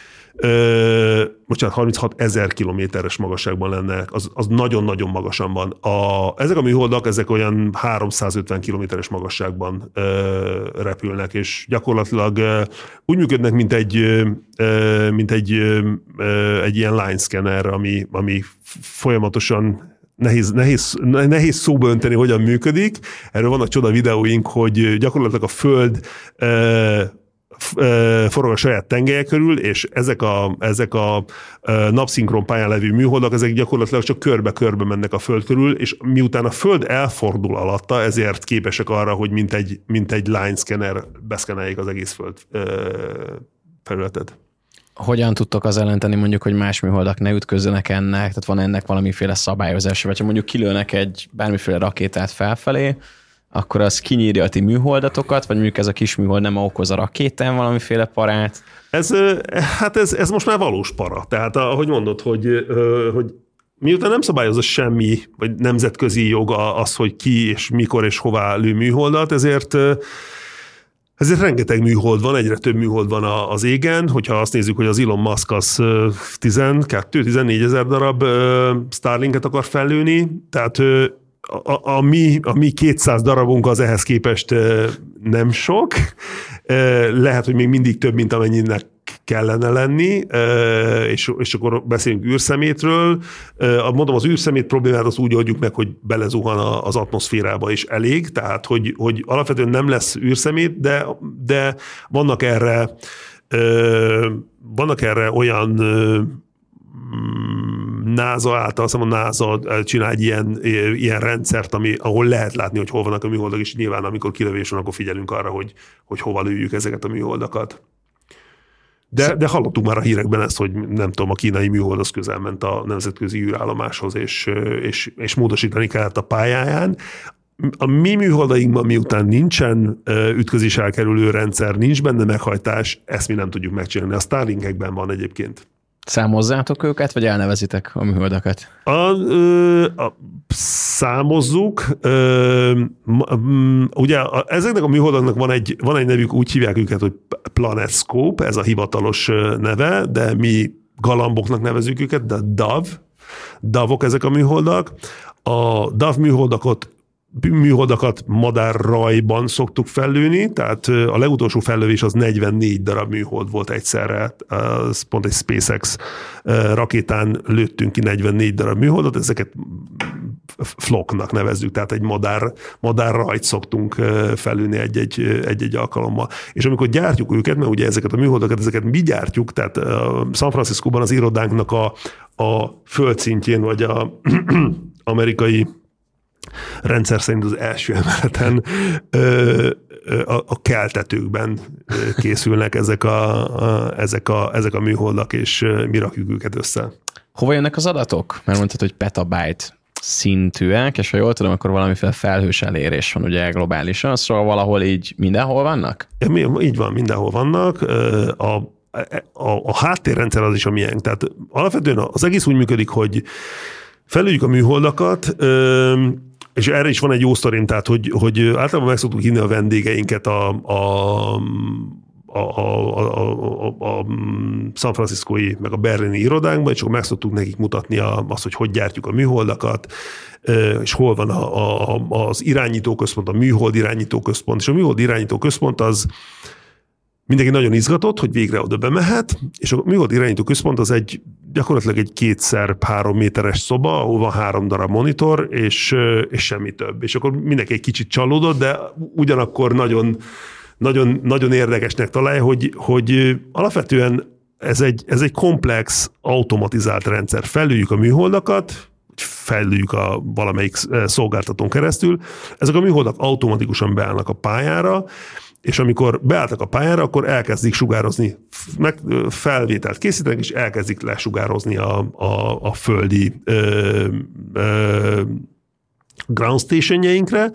S3: 36 000 kilométeres magasságban lenne, az nagyon-nagyon magasan van. Ezek a műholdak, ezek olyan 350 kilométeres magasságban repülnek, és gyakorlatilag úgy működnek, mint egy ilyen line scanner, ami folyamatosan nehéz szóba önteni, hogyan működik. Erről vannak csoda videóink, hogy gyakorlatilag a Föld forog a saját tengelye körül, és ezek a napszinkron pályán levő műholdak, ezek gyakorlatilag csak körbe-körbe mennek a Föld körül, és miután a Föld elfordul alatta, ezért képesek arra, hogy mint egy line scanner beszkeneljék az egész Föld felületet.
S1: Hogyan tudtok az ellen tenni, mondjuk, hogy más műholdak ne ütközzenek ennek, tehát van ennek valamiféle szabályozása, vagy ha mondjuk kilőnek egy bármiféle rakétát felfelé, akkor az kinyírja a ti műholdatokat, vagy mondjuk ez a kis műhold nem okoz a rakétán valamiféle parát?
S3: Ez most már valós para. Tehát ahogy mondod, hogy miután nem szabályozza semmi, vagy nemzetközi joga az, hogy ki és mikor és hová lő műholdat, ezért rengeteg műhold van, egyre több műhold van az égen, hogyha azt nézzük, hogy az Elon Musk az 12-14 ezer darab Starlinket akar fellőni, tehát a mi 200 darabunk az ehhez képest nem sok. Lehet, hogy még mindig több, mint amennyinek kellene lenni, és akkor beszélünk űrszemétről. Mondom, az űrszemét problémát azt úgy oldjuk meg, hogy belezuhan az atmoszférába is elég, tehát hogy alapvetően nem lesz űrszemét, de vannak erre olyan NASA által, a NASA csinál egy ilyen rendszert, ahol lehet látni, hogy hol vannak a műholdak, és nyilván amikor kilövés van, akkor figyelünk arra, hogy hova lőjük ezeket a műholdakat. De hallottuk már a hírekben ezt, hogy nem tudom, a kínai műhold az közel ment a nemzetközi űrállomáshoz, és módosítani kellett a pályáján. A mi műholdainkban, miután nincsen ütközés elkerülő rendszer, nincs benne meghajtás, ezt mi nem tudjuk megcsinálni. A Starlinkekben van egyébként.
S1: Számozzátok őket, vagy elnevezitek a műholdakat?
S3: Számozzuk. Ugye ezeknek a műholdaknak van egy nevük, úgy hívják őket, hogy PlanetScope, ez a hivatalos neve, de mi galamboknak nevezzük őket, de DAV-ok ezek a műholdak. A DAV műholdakat madárrajban szoktuk fellőni, tehát a legutolsó fellövés az 44 darab műhold volt egyszerre, az pont egy SpaceX rakétán lőttünk ki 44 darab műholdat, ezeket flocknak nevezzük, tehát egy madárrajt szoktunk fellőni egy alkalommal. És amikor gyártjuk őket, mert ugye ezeket a műholdakat, ezeket mi gyártjuk, tehát San Franciscóban az irodánknak a földszintjén, vagy a amerikai rendszer szerint az első emeleten a keltetőkben készülnek ezek a műholdak, és mi rakjuk őket össze.
S1: Hova jönnek az adatok? Mert mondtad, hogy petabyte szintűek, és ha jól tudom, akkor valamiféle felhős elérés van ugye globálisan, szóval valahol így mindenhol vannak?
S3: Így van, mindenhol vannak. A háttérrendszer az is a miénk. Tehát alapvetően az egész úgy működik, hogy felüljük a műholdakat, és erre is van egy jó sztorim, tehát hogy általában meg szoktuk hívni a vendégeinket a San Franciscói, meg a berlini irodánkban, és akkor meg szoktuk nekik mutatni azt, hogy gyártjuk a műholdakat, és hol van az irányítóközpont, a műhold irányítóközpont, és a műhold irányítóközpont az mindenki nagyon izgatott, hogy végre oda bemehet, és a műhold irányítóközpont az egy gyakorlatilag egy 2x3 méteres szoba, ahol van 3 darab monitor, és semmi több. És akkor mindenki egy kicsit csalódott, de ugyanakkor nagyon érdekesnek találja, hogy alapvetően ez egy komplex, automatizált rendszer. Fellőjük a műholdakat, fellőjük a valamelyik szolgáltatón keresztül, ezek a műholdak automatikusan beállnak a pályára, és amikor beálltak a pályára, akkor elkezdik sugározni, felvételt készítenek, és elkezdik lesugározni a földi ground stationjeinkre,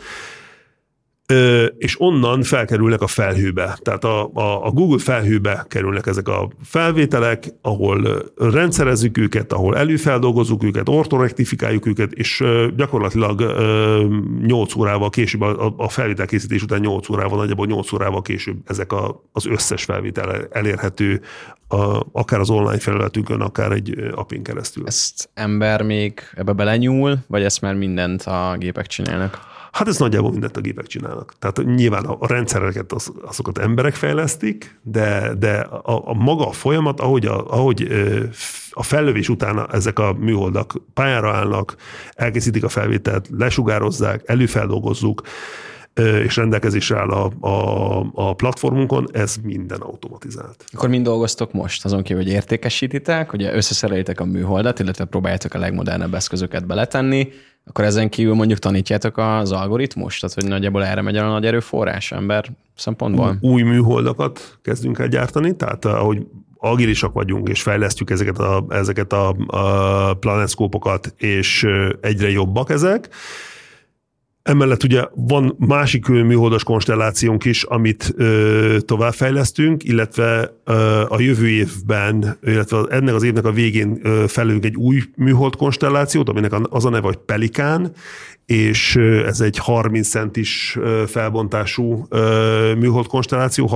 S3: és onnan felkerülnek a felhőbe. Tehát a Google felhőbe kerülnek ezek a felvételek, ahol rendszerezzük őket, ahol előfeldolgozzuk őket, ortorektifikáljuk őket, és gyakorlatilag 8 órával később, a felvételkészítés után 8 órával, nagyjából 8 órával később ezek az összes felvétel elérhető, akár az online felületünkön, akár egy appin keresztül.
S1: Ezt ember még ebbe belenyúl, vagy ezt már mindent a gépek csinálnak?
S3: Hát ez nagyjából mindent a gépek csinálnak. Tehát nyilván a rendszereket azokat emberek fejlesztik, de a maga a folyamat, ahogy a fellövés után ezek a műholdak pályára állnak, elkészítik a felvételt, lesugározzák, előfeldolgozzuk, és rendelkezésre áll a platformunkon, ez minden automatizált.
S1: Akkor mind dolgoztok most? Azon kívül, hogy értékesítitek, ugye összeszerelitek a műholdat, illetve próbáljátok a legmodernebb eszközöket beletenni, akkor ezen kívül mondjuk tanítjátok az algoritmust, tehát hogy nagyjából erre megy el a nagy erőforrás ember szempontból?
S3: Új műholdakat kezdünk el gyártani, tehát ahogy agilisak vagyunk, és fejlesztjük ezeket a planetszkópokat, és egyre jobbak ezek. Emellett ugye van másik műholdas konstellációnk is, amit továbbfejlesztünk, illetve a jövő évben, illetve ennek az évnek a végén felülünk egy új műhold konstellációt, aminek az a neve, hogy Pelikán, és ez egy 30 centis felbontású műhold konstelláció,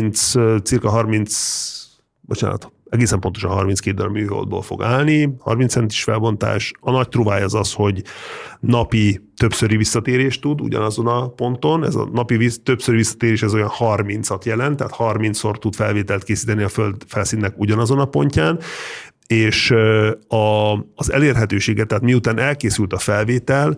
S3: egészen pontosan 32 darab műholdból fog állni, 30 centis felbontás. A nagy truváj az, hogy napi többszöri visszatérést tud ugyanazon a ponton. Ez a napi többszöri visszatérés ez olyan 30-at jelent, tehát 30-szor tud felvételt készíteni a föld felszínnek ugyanazon a pontján, és az elérhetőséget, tehát miután elkészült a felvétel,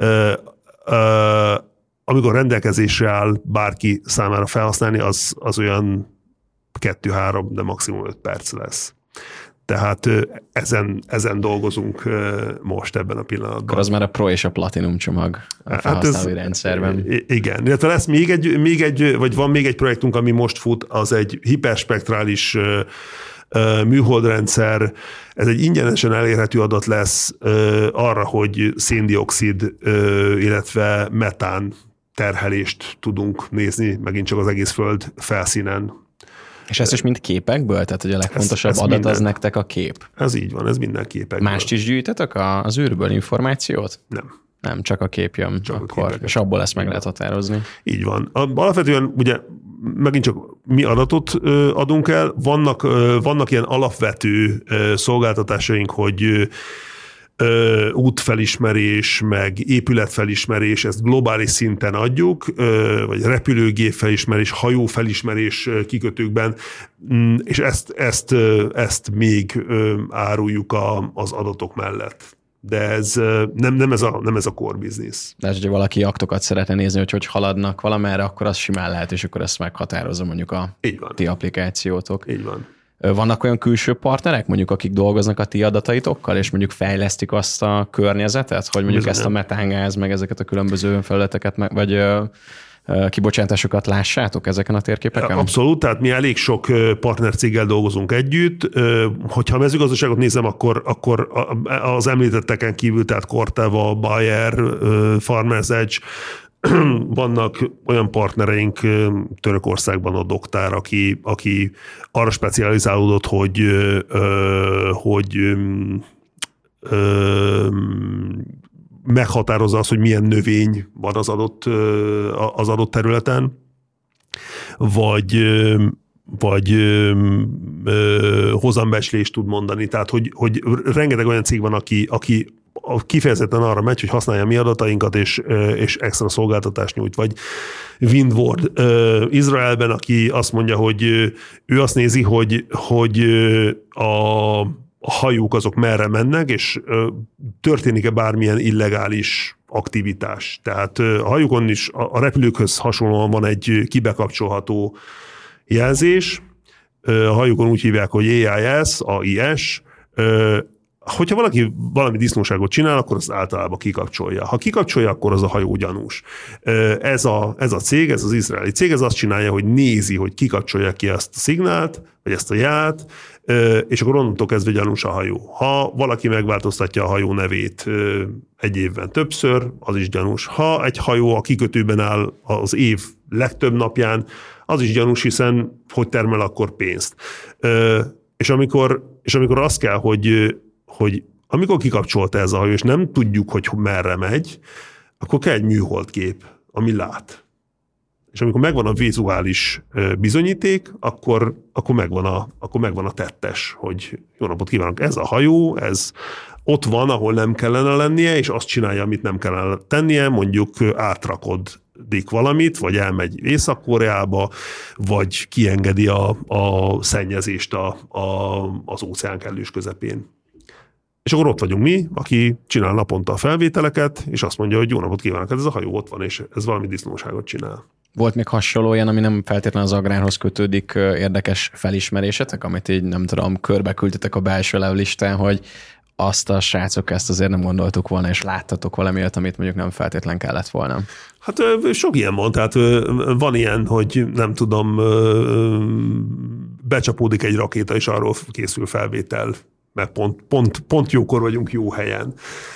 S3: amikor rendelkezésre áll bárki számára felhasználni, az olyan 2-3, de maximum 5 perc lesz. Tehát ezen dolgozunk most ebben a pillanatban.
S1: Akkor az már a Pro és a Platinum csomag a felhasználói rendszerben.
S3: Igen, illetve lesz vagy van még egy projektünk, ami most fut, az egy hiperspektrális műholdrendszer. Ez egy ingyenesen elérhető adat lesz arra, hogy széndioxid, illetve metán terhelést tudunk nézni, megint csak az egész föld felszínen.
S1: És ezt is mind képekből? Tehát, hogy a legfontosabb adat minden, az nektek a kép?
S3: Ez így van, ez minden képekből.
S1: Mást is gyűjtetek az űrből információt? Nem, csak a kép jön akkor, és abból ezt meg lehet határozni.
S3: Így van. Alapvetően ugye megint csak mi adatot adunk el, vannak ilyen alapvető szolgáltatásaink, hogy útfelismerés, meg épületfelismerés, ezt globális szinten adjuk, vagy repülőgép felismerés, hajó felismerés kikötőkben, és ezt még áruljuk az adatok mellett. De ez nem ez a core business.
S1: De hogyha valaki aktokat szeretne nézni, hogy haladnak valamerre, akkor az simán lehet, és akkor ezt meghatározza mondjuk a ti applikációtok.
S3: Így van.
S1: Vannak olyan külső partnerek, mondjuk, akik dolgoznak a ti adataitokkal, és mondjuk fejlesztik azt a környezetet, hogy mondjuk ezt a metángáz, meg ezeket a különböző felületeket, vagy kibocsátásokat lássátok ezeken a térképeken?
S3: Abszolút, tehát mi elég sok partnercéggel dolgozunk együtt. Hogyha a mezőgazdaságot nézem, akkor az említetteken kívül, tehát Corteva, Bayer, Farmers Edge, vannak olyan partnereink Törökországban, a Doktár, aki arra specializálódott, hogy meghatározza azt, hogy milyen növény van az adott területen, vagy hozambecslést tud mondani. Tehát, hogy rengeteg olyan cég van, aki kifejezetten arra megy, hogy használja a mi adatainkat, és extra szolgáltatást nyújt. Vagy Windward Izraelben, aki azt mondja, hogy ő azt nézi, hogy a hajók azok merre mennek, és történik-e bármilyen illegális aktivitás. Tehát a hajókon is a repülőkhöz hasonlóan van egy kibekapcsolható jelzés. A hajókon úgy hívják, hogy AIS. Hogyha valaki valami disznóságot csinál, akkor azt általában kikapcsolja. Ha kikapcsolja, akkor az a hajó gyanús. Ez a cég, ez az izraeli cég, ez azt csinálja, hogy nézi, hogy kikapcsolja ki ezt a szignált, vagy ezt a ját, és akkor onnantól kezdve gyanús a hajó. Ha valaki megváltoztatja a hajó nevét egy évben többször, az is gyanús. Ha egy hajó a kikötőben áll az év legtöbb napján, az is gyanús, hiszen hogy termel akkor pénzt. És amikor azt kell, hogy amikor kikapcsolta ez a hajó, és nem tudjuk, hogy merre megy, akkor kell egy műholdkép, ami lát. És amikor megvan a vizuális bizonyíték, akkor megvan a tettes, hogy jó napot kívánok, ez a hajó, ez ott van, ahol nem kellene lennie, és azt csinálja, amit nem kellene tennie, mondjuk átrakodik valamit, vagy elmegy Észak-Koreába, vagy kiengedi a szennyezést az óceán kellős közepén. És akkor ott vagyunk mi, aki csinál naponta a felvételeket, és azt mondja, hogy jó napot kívánok, ez a hajó ott van, és ez valami disznóságot csinál.
S1: Volt még hasonló ilyen, ami nem feltétlenül az agrárhoz kötődik, érdekes felismerésetek, amit így nem tudom, körbe küldtetek a belső listán, hogy azt a srácok ezt azért nem gondoltuk volna, és láttatok valami olyat, amit mondjuk nem feltétlen kellett volna.
S3: Hát sok ilyen van, tehát van ilyen, hogy nem tudom, becsapódik egy rakéta, és arról készül felvétel, mert pont jókor vagyunk jó helyen.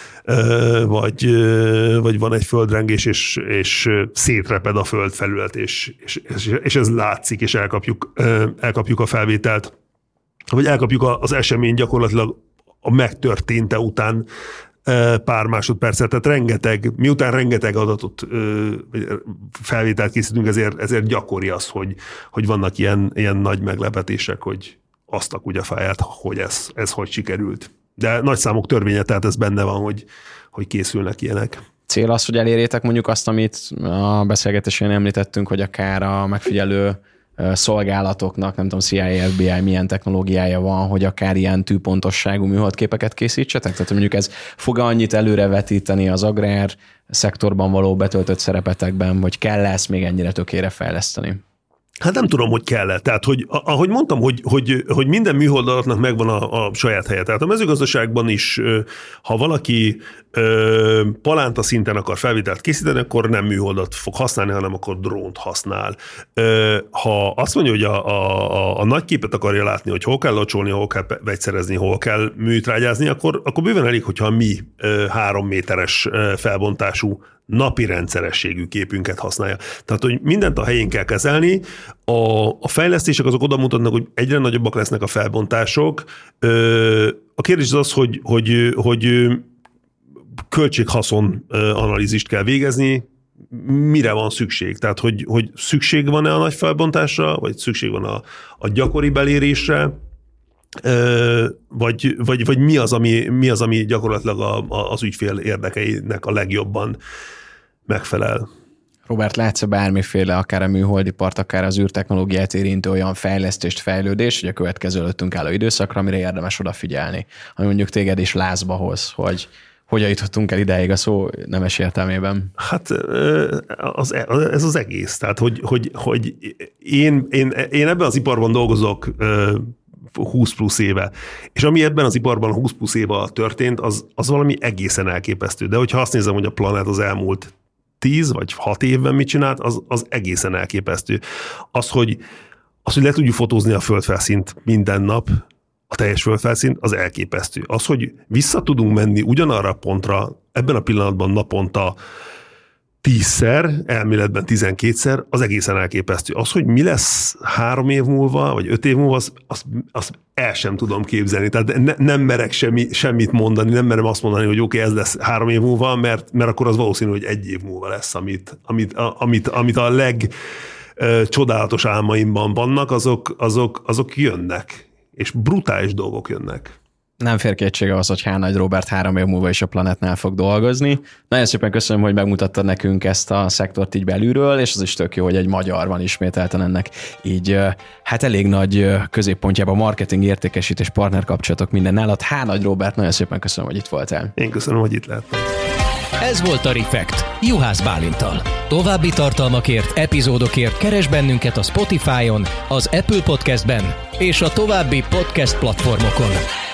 S3: Vagy van egy földrengés, és szétreped a földfelület, és ez látszik, és elkapjuk a felvételt, vagy elkapjuk az esemény gyakorlatilag a megtörténte után pár másodpercet, tehát miután rengeteg adatot felvételt készítünk, ezért gyakori az, hogy vannak ilyen nagy meglepetések, hogy azt a kutyafáját, hogy ez hogy sikerült. De nagy számok törvénye, tehát ez benne van, hogy készülnek ilyenek.
S1: Cél az, hogy elérjétek mondjuk azt, amit a beszélgetésén említettünk, hogy akár a megfigyelő szolgálatoknak, nem tudom, CIA, FBI milyen technológiája van, hogy akár ilyen tűpontosságú műholdképeket készítsetek? Tehát mondjuk ez fog annyit előrevetíteni az agrár szektorban való betöltött szerepetekben, hogy kell ezt még ennyire tökére fejleszteni?
S3: Hát nem tudom, hogy kell-e. Tehát, hogy ahogy mondtam, hogy minden műholdalatnak megvan a saját helye. Tehát a mezőgazdaságban is, ha valaki palánta szinten akar felvételt készíteni, akkor nem műholdat fog használni, hanem akkor drónt használ. Ha azt mondja, hogy a nagy képet akarja látni, hogy hol kell locsolni, hol kell vegyszerezni, hol kell műtrágyázni, akkor bőven elég, hogyha a mi 3 méteres felbontású napi rendszerességű képünket használja. Tehát, hogy mindent a helyén kell kezelni, a fejlesztések azok oda mutatnak, hogy egyre nagyobbak lesznek a felbontások. A kérdés az, hogy költség-haszon analízist kell végezni, mire van szükség. Tehát, hogy szükség van-e a nagy felbontásra, vagy szükség van a gyakori belérésre, vagy mi az, ami gyakorlatilag az ügyfél érdekeinek a legjobban megfelel.
S1: Robert, látsz-e bármiféle, akár a műholdipart, akár az űrtechnológiát érintő olyan fejlesztést, fejlődést, hogy a következő előttünk álló időszakra, amire érdemes odafigyelni, ami mondjuk téged is lázba hoz, hogy hogyan jutottunk el ideig a szó nemes értelmében?
S3: Hát ez az egész. Tehát, hogy én ebben az iparban dolgozok 20 plusz éve. És ami ebben az iparban 20 plusz éve történt, az valami egészen elképesztő. De hogyha azt nézem, hogy a Planet az elmúlt 10 vagy 6 évben mit csinált, az egészen elképesztő. Az, hogy le tudjuk fotózni a földfelszínt minden nap, a teljes földfelszínt, az elképesztő. Az, hogy vissza tudunk menni ugyanarra a pontra, ebben a pillanatban naponta 10-szer, elméletben 12-szer, az egészen elképesztő. Az, hogy mi lesz 3 év múlva, vagy 5 év múlva, azt el sem tudom képzelni. Tehát nem merek semmit mondani, nem merem azt mondani, hogy oké, ez lesz 3 év múlva, mert akkor az valószínű, hogy 1 év múlva lesz, amit a legcsodálatos álmaimban vannak, azok jönnek. És brutális dolgok jönnek.
S1: Nem fér kétsége az, hogy H. Nagy Róbert 3 év múlva is a Planetnál fog dolgozni. Nagyon szépen köszönöm, hogy megmutattad nekünk ezt a szektort így belülről, és az is tök jó, hogy egy magyar van ismételten ennek így hát elég nagy középpontjában marketing, értékesítés, partnerkapcsolatok minden nálad. H. Nagy Róbert, nagyon szépen köszönöm, hogy itt voltál.
S3: Én köszönöm, hogy itt lehettem.
S2: Ez volt a Refekt Juhász Bálinttal. További tartalmakért, epizódokért keresd bennünket a Spotify-on, az Apple Podcastben és a további podcast platformokon.